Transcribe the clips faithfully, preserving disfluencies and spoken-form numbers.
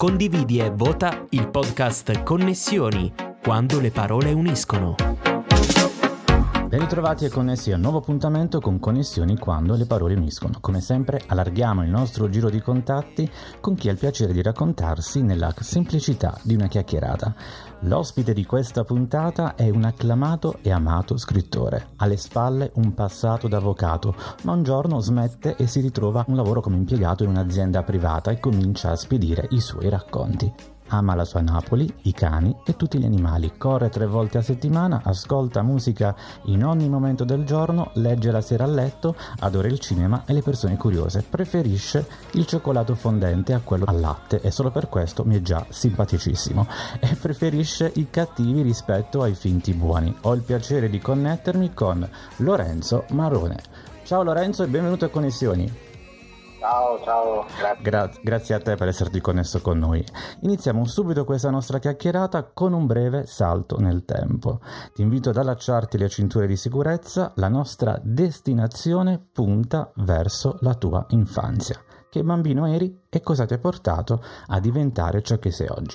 Condividi e vota il podcast Connessioni, quando le parole uniscono. Ben ritrovati e connessi a un nuovo appuntamento con Connessioni quando le parole uniscono. Come sempre allarghiamo il nostro giro di contatti con chi ha il piacere di raccontarsi nella semplicità di una chiacchierata. L'ospite di questa puntata è un acclamato e amato scrittore. Alle spalle un passato da avvocato, ma un giorno smette e si ritrova un lavoro come impiegato in un'azienda privata e comincia a spedire i suoi racconti. Ama la sua Napoli, i cani e tutti gli animali, corre tre volte a settimana, ascolta musica in ogni momento del giorno, legge la sera a letto, adora il cinema e le persone curiose, preferisce il cioccolato fondente a quello al latte e solo per questo mi è già simpaticissimo e preferisce i cattivi rispetto ai finti buoni. Ho il piacere di connettermi con Lorenzo Marrone. Ciao Lorenzo e benvenuto a Connessioni. Ciao, ciao, grazie. Gra- grazie a te per esserti connesso con noi. Iniziamo subito questa nostra chiacchierata con un breve salto nel tempo. Ti invito ad allacciarti le cinture di sicurezza, la nostra destinazione punta verso la tua infanzia. Che bambino eri e cosa ti ha portato a diventare ciò che sei oggi?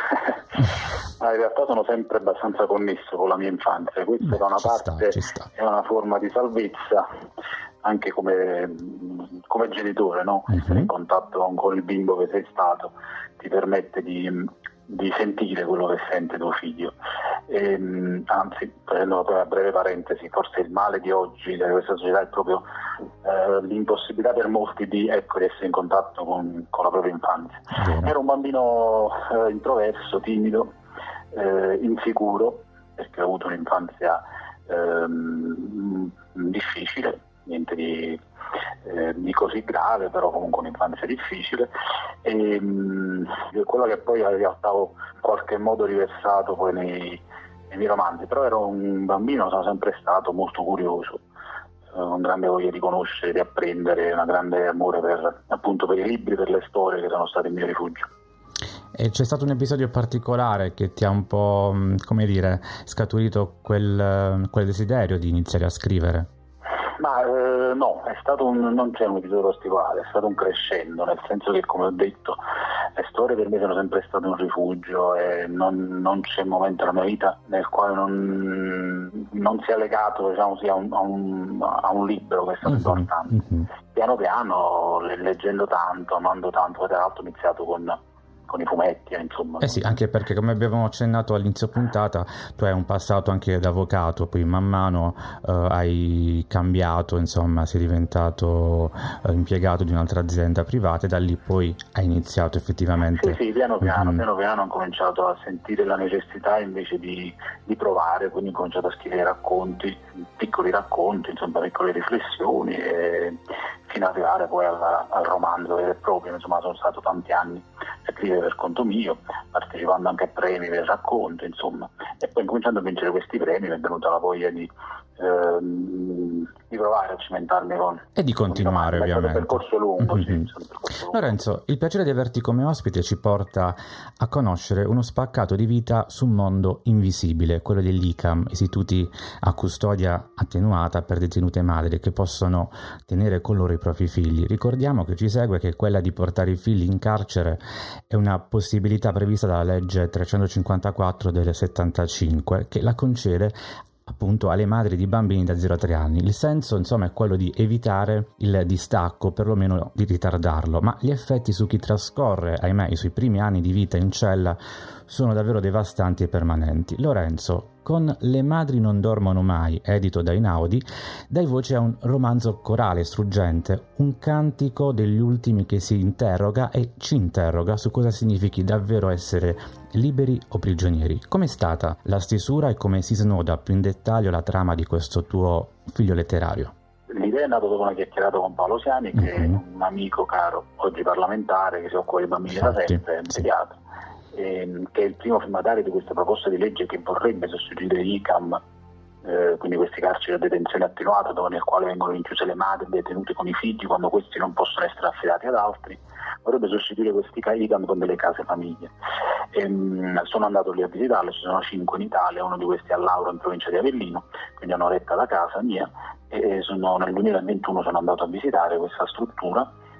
Ma in realtà sono sempre abbastanza connesso con la mia infanzia, questa Beh, da una ci parte sta, ci sta. è una forma di salvezza anche come, come genitore, no? Uh-huh. Essere in contatto con, con il bimbo che sei stato ti permette di, di sentire quello che sente tuo figlio. E, anzi, facendo una breve parentesi, forse il male di oggi di questa società è proprio eh, l'impossibilità per molti di, ecco, di essere in contatto con, con la propria infanzia. Vero. Ero un bambino eh, introverso, timido, eh, insicuro, perché ho avuto un'infanzia ehm, difficile, niente di, eh, di così grave, però comunque un'infanzia difficile, e mh, quello che poi in realtà ho in qualche modo riversato poi nei, nei miei romanzi. Però ero un bambino, sono sempre stato molto curioso, con grande voglia di conoscere, di apprendere, un grande amore per, appunto, per i libri, per le storie che sono state il mio rifugio. E c'è stato un episodio particolare che ti ha un po', come dire, scaturito quel, quel desiderio di iniziare a scrivere? Ma eh, no, è stato un, non c'è un episodio particolare, è stato un crescendo, nel senso che, come ho detto, le storie per me sono sempre state un rifugio e non, non c'è momento nella mia vita nel quale non, non sia legato, diciamo, sia un, a, un, a un libro che è stato uh-huh, importante. Uh-huh. Piano piano, leggendo tanto, amando tanto, poi tra l'altro ho iniziato con... con i fumetti, insomma. Eh sì, anche perché, come abbiamo accennato all'inizio puntata, tu hai un passato anche da avvocato, poi man mano uh, hai cambiato, insomma, sei diventato uh, impiegato di un'altra azienda privata e da lì poi hai iniziato effettivamente. Sì, sì, piano piano, mm-hmm. piano piano ho cominciato a sentire la necessità invece di, di provare, quindi ho cominciato a scrivere racconti, piccoli racconti, insomma, piccole riflessioni, e fino ad arrivare poi al, al romanzo vero e proprio. Insomma, sono stato tanti anni a scrivere per conto mio, partecipando anche a premi per racconto, insomma, e poi cominciando a vincere questi premi mi è venuta la voglia di, ehm, di provare a cimentarmi con e di continuare, con ovviamente. È un percorso lungo, mm-hmm. sì, un percorso lungo. Lorenzo, il piacere di averti come ospite ci porta a conoscere uno spaccato di vita su un mondo invisibile, quello degli I C A M, istituti a custodia attenuata per detenute madri che possono tenere con loro i propri figli. Ricordiamo che ci segue che quella di portare i figli in carcere è una possibilità prevista dalla legge trecentocinquantaquattro del settantacinque, che la concede appunto alle madri di bambini da zero a tre anni. Il senso, insomma, è quello di evitare il distacco, perlomeno di ritardarlo, ma gli effetti su chi trascorre, ahimè, i suoi primi anni di vita in cella sono davvero devastanti e permanenti. Lorenzo, con Le madri non dormono mai, edito da Einaudi, dai voce a un romanzo corale struggente, un cantico degli ultimi che si interroga e ci interroga su cosa significhi davvero essere liberi o prigionieri. Com'è stata la stesura e come si snoda più in dettaglio la trama di questo tuo figlio letterario? L'idea è nata dopo una chiacchierata con Paolo Siani, che mm-hmm. è un amico caro, oggi parlamentare, che si occupa di bambini da sempre, sì. pediatra, ehm, che è il primo firmatario di questa proposta di legge che vorrebbe sostituire l'I C A M, eh, quindi questi carceri a detenzione attenuata, dove nel quale vengono rinchiuse le madri detenute con i figli quando questi non possono essere affidati ad altri. Vorrebbe sostituire questi I C A M con delle case famiglie. Ehm, sono andato lì a visitarlo, ci sono cinque in Italia, uno di questi a Lauro in provincia di Avellino, quindi a un'oretta da casa mia, e sono, nel duemilaventuno sono andato a visitare questa struttura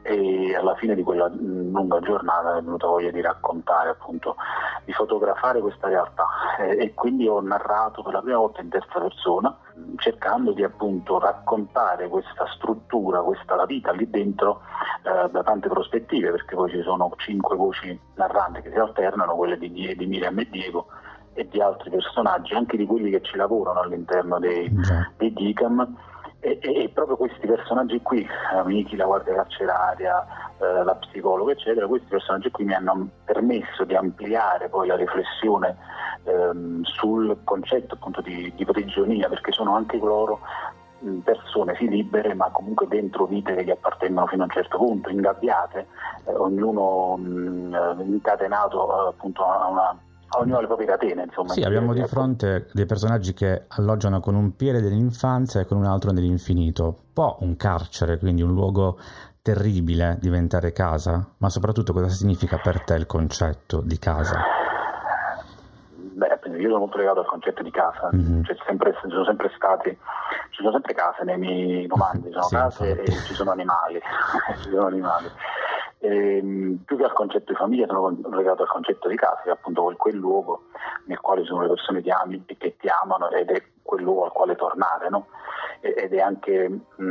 e alla fine di quella lunga giornata è venuta voglia di raccontare, appunto, di fotografare questa realtà, e, e quindi ho narrato per la prima volta in terza persona, cercando di appunto raccontare questa struttura, questa la vita lì dentro eh, da tante prospettive, perché poi ci sono cinque voci narranti che si alternano, quelle di, di Miriam e Diego e di altri personaggi, anche di quelli che ci lavorano all'interno dei, dei D I C A M. E, e, e proprio questi personaggi qui, Amici, la guardia carceraria, eh, la psicologa, eccetera, questi personaggi qui mi hanno permesso di ampliare poi la riflessione ehm, sul concetto appunto di, di prigionia, perché sono anche loro mh, persone sì libere, ma comunque dentro vite che gli appartengono fino a un certo punto, ingabbiate, eh, ognuno mh, incatenato eh, appunto a una... ognuno ha le proprie catene, insomma. Sì, abbiamo di fronte dei personaggi che alloggiano con un piede dell'infanzia e con un altro nell'infinito. Può un carcere, quindi un luogo terribile, diventare casa? Ma soprattutto cosa significa per te il concetto di casa? Beh, io sono molto legato al concetto di casa, mm-hmm. C'è sempre, ci sono sempre stati, ci sono sempre case nei miei romanzi, sono sì, case infatti. E ci sono animali, ci sono animali. E, più che al concetto di famiglia sono legato al concetto di casa, che è appunto quel, quel luogo nel quale ci sono le persone che ami e che ti amano, ed è quel luogo al quale tornare, no? Ed è anche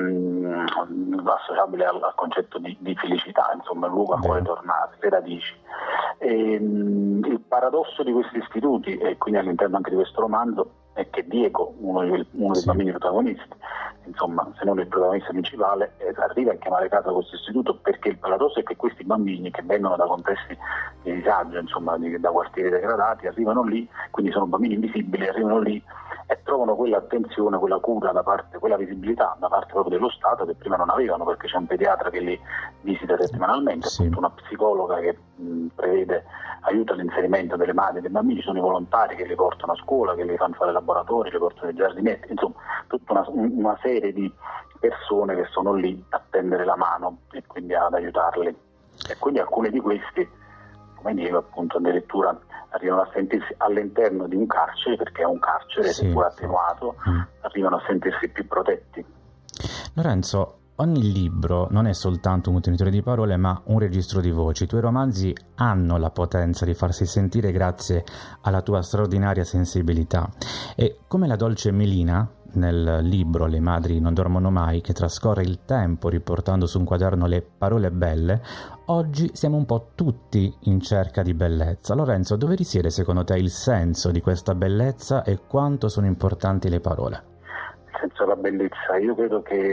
mh, associabile al, al concetto di, di felicità, insomma, il luogo al quale tornare, le radici. E, mh, il paradosso di questi istituti, e quindi all'interno anche di questo romanzo, è che Diego, uno, uno dei sì. bambini protagonisti, insomma, se non il protagonista principale, eh, arriva a chiamare casa questo istituto, perché il paradosso è che questi bambini che vengono da contesti di disagio, insomma, di, da quartieri degradati, arrivano lì, quindi sono bambini invisibili, arrivano lì e trovano quella attenzione, quella cura da parte, quella visibilità da parte proprio dello Stato che prima non avevano, perché c'è un pediatra che li visita settimanalmente, sì. appunto una psicologa che mh, prevede aiuto all'inserimento delle madri e dei bambini, ci sono i volontari che li portano a scuola, che li fanno fare laboratori, li portano ai giardinetti, insomma tutta una, una serie di persone che sono lì a tendere la mano e quindi ad aiutarli. E quindi alcuni di questi, come dicevo appunto, addirittura arrivano a sentirsi all'interno di un carcere, perché è un carcere sì, seppur attenuato, mm. arrivano a sentirsi più protetti. Lorenzo, ogni libro non è soltanto un contenitore di parole, ma un registro di voci. I tuoi romanzi hanno la potenza di farsi sentire grazie alla tua straordinaria sensibilità. E come la dolce Melina, nel libro Le madri non dormono mai, che trascorre il tempo riportando su un quaderno le parole belle, oggi siamo un po' tutti in cerca di bellezza. Lorenzo, dove risiede secondo te il senso di questa bellezza e quanto sono importanti le parole? Senso della bellezza, io credo che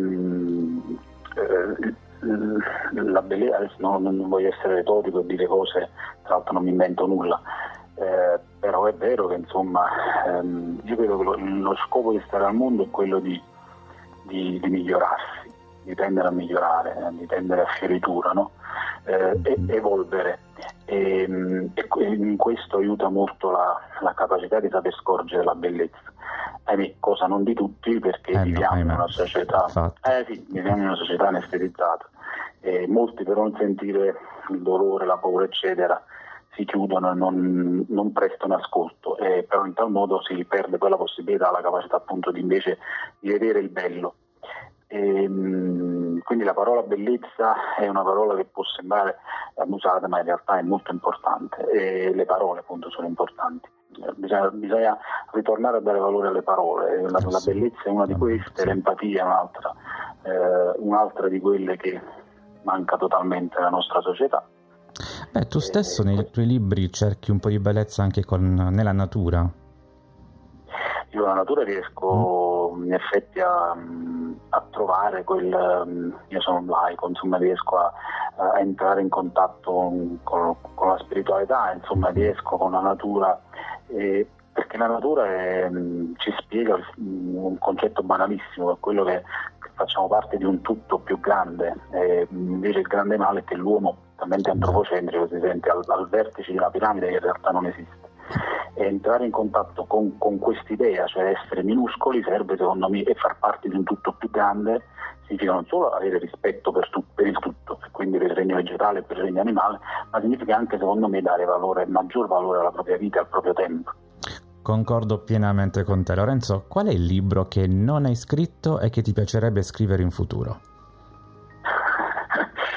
mh, eh, la bellezza, no, non voglio essere retorico e dire cose, tra l'altro non mi invento nulla, eh, però è vero che insomma ehm, io credo che lo, lo scopo di stare al mondo è quello di, di, di migliorarsi, di tendere a migliorare, eh, di tendere a fioritura, no? eh, e evolvere, e, e in questo aiuta molto la, la capacità di saper scorgere la bellezza. Ahimè, cosa non di tutti, perché eh viviamo no, in una società eh sì, viviamo in una società anestetizzata, e molti per non sentire il dolore, la paura eccetera si chiudono e non, non prestano ascolto, e però in tal modo si perde poi la possibilità, la capacità appunto di invece di vedere il bello. E, quindi la parola bellezza è una parola che può sembrare abusata, ma in realtà è molto importante, e le parole appunto sono importanti. Bisogna, bisogna ritornare a dare valore alle parole, la, la bellezza è una di queste, l'empatia è un'altra, eh, un'altra di quelle che manca totalmente nella nostra società. Beh, tu stesso e, nei tuoi libri cerchi un po' di bellezza anche con, nella natura. Io la natura riesco mm. in effetti a, a trovare quel, io sono un laico, insomma riesco a, a entrare in contatto con, con la spiritualità, insomma riesco con la natura, eh, perché la natura è, ci spiega un concetto banalissimo, è quello che, che facciamo parte di un tutto più grande, e invece il grande male è che l'uomo, talmente antropocentrico, si sente al, al vertice di una piramide che in realtà non esiste. E entrare in contatto con, con quest'idea, cioè essere minuscoli, serve secondo me, e far parte di un tutto più grande significa non solo avere rispetto per, tu, per il tutto, e quindi per il regno vegetale e per il regno animale, ma significa anche secondo me dare valore, maggior valore alla propria vita e al proprio tempo. Concordo pienamente con te. Lorenzo, qual è il libro che non hai scritto e che ti piacerebbe scrivere in futuro?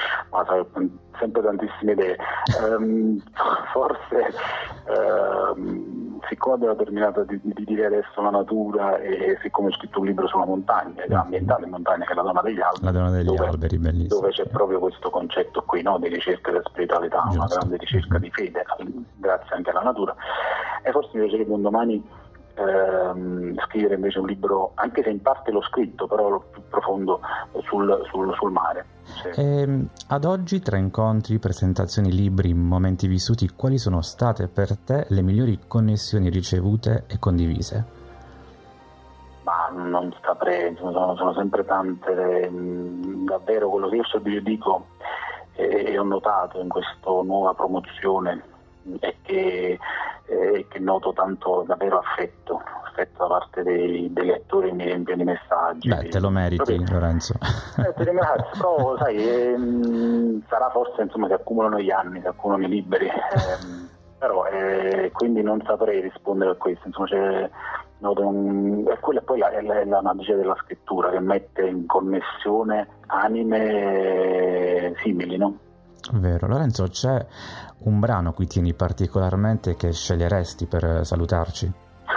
sai, sempre tantissime idee. Um, forse um, siccome abbiamo terminato di, di dire adesso la natura, e siccome ho scritto un libro sulla montagna, ambientale in montagna, che è La donna degli alberi, La donna degli dove, alberi, bellissimo, dove c'è sì. proprio questo concetto qui, no, di ricerca della spiritualità, Giusto. una grande ricerca di fede, grazie anche alla natura. E forse mi piacerebbe un domani ehm, scrivere invece un libro, anche se in parte l'ho scritto, però più profondo, sul, sul, sul mare. Sì. E, ad oggi, tra incontri, presentazioni, libri, momenti vissuti, quali sono state per te le migliori connessioni ricevute e condivise? Ma non saprei, sono, sono sempre tante, mh, davvero quello che io so, io dico e, e ho notato in questa nuova promozione è che, è che noto tanto davvero affetto, affetto da parte dei, dei lettori, mi riempiono di messaggi. Beh, te lo meriti, Proprio, Lorenzo. Eh, ti ringrazio, però sai, ehm, sarà forse insomma che accumulano gli anni, che accumulano i liberi, ehm, però eh, quindi non saprei rispondere a questo, insomma c'è, noto un, e quella poi è la, è la magia della scrittura, che mette in connessione anime simili, no? Vero. Lorenzo, c'è un brano a cui tieni particolarmente che sceglieresti per salutarci?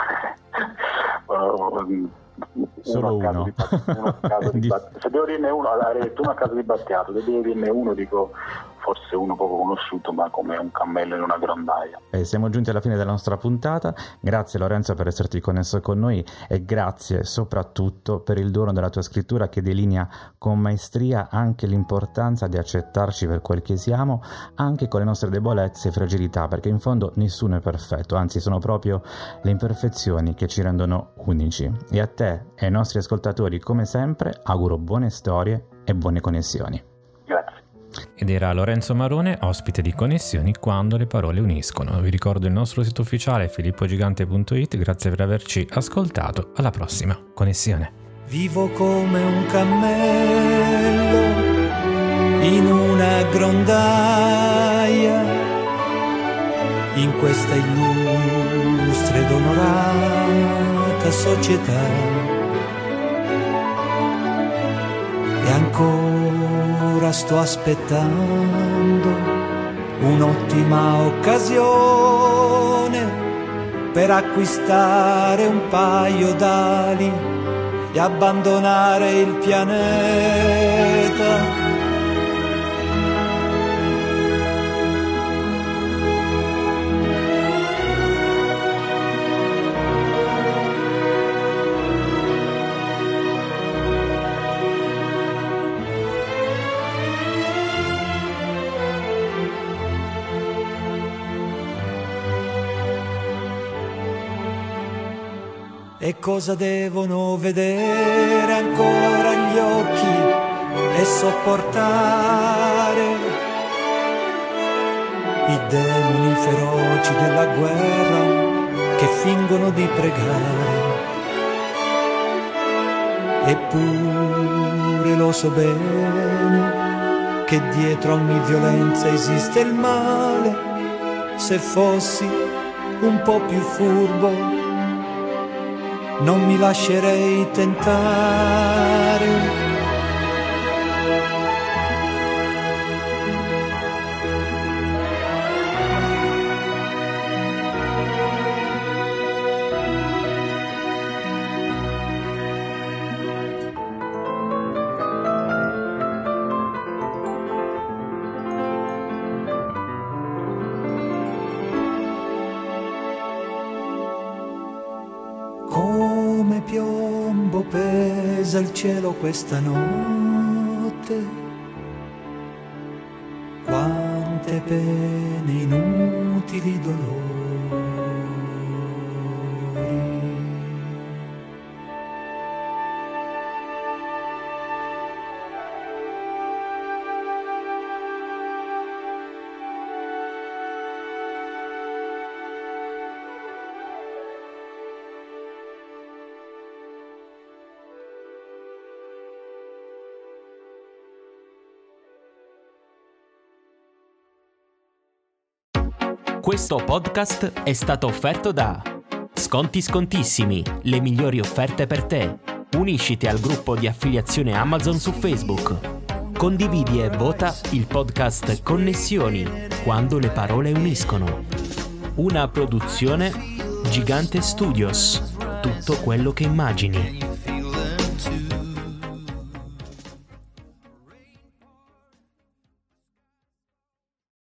Solo uno uno. A caso di, uno a caso di Se devo dirne uno, avrei detto uno a caso di Battiato, se devo dirne uno dico forse uno poco conosciuto, ma come un cammello in una grondaia. E siamo giunti alla fine della nostra puntata. Grazie Lorenzo per esserti connesso con noi, e grazie soprattutto per il dono della tua scrittura, che delinea con maestria anche l'importanza di accettarci per quel che siamo, anche con le nostre debolezze e fragilità, perché in fondo nessuno è perfetto, anzi sono proprio le imperfezioni che ci rendono unici. E a te e ai nostri ascoltatori, come sempre, auguro buone storie e buone connessioni. Grazie. Ed era Lorenzo Marone, ospite di Connessioni quando le parole uniscono. Vi ricordo il nostro sito ufficiale filippo gigante punto it. Grazie per averci ascoltato. Alla prossima Connessione. Vivo come un cammello in una grondaia, in questa illustre ed onorata società. E ancora sto aspettando un'ottima occasione per acquistare un paio d'ali e abbandonare il pianeta. E cosa devono vedere ancora gli occhi e sopportare i demoni feroci della guerra che fingono di pregare? Eppure lo so bene che dietro ogni violenza esiste il male. Se fossi un po' più furbo non mi lascerei tentare. Come piombo pesa il cielo questa notte, quante pene, inutili dolori. Questo podcast è stato offerto da Sconti Scontissimi, le migliori offerte per te. Unisciti al gruppo di affiliazione Amazon su Facebook. Condividi e vota il podcast Connessioni, quando le parole uniscono. Una produzione Gigante Studios. Tutto quello che immagini.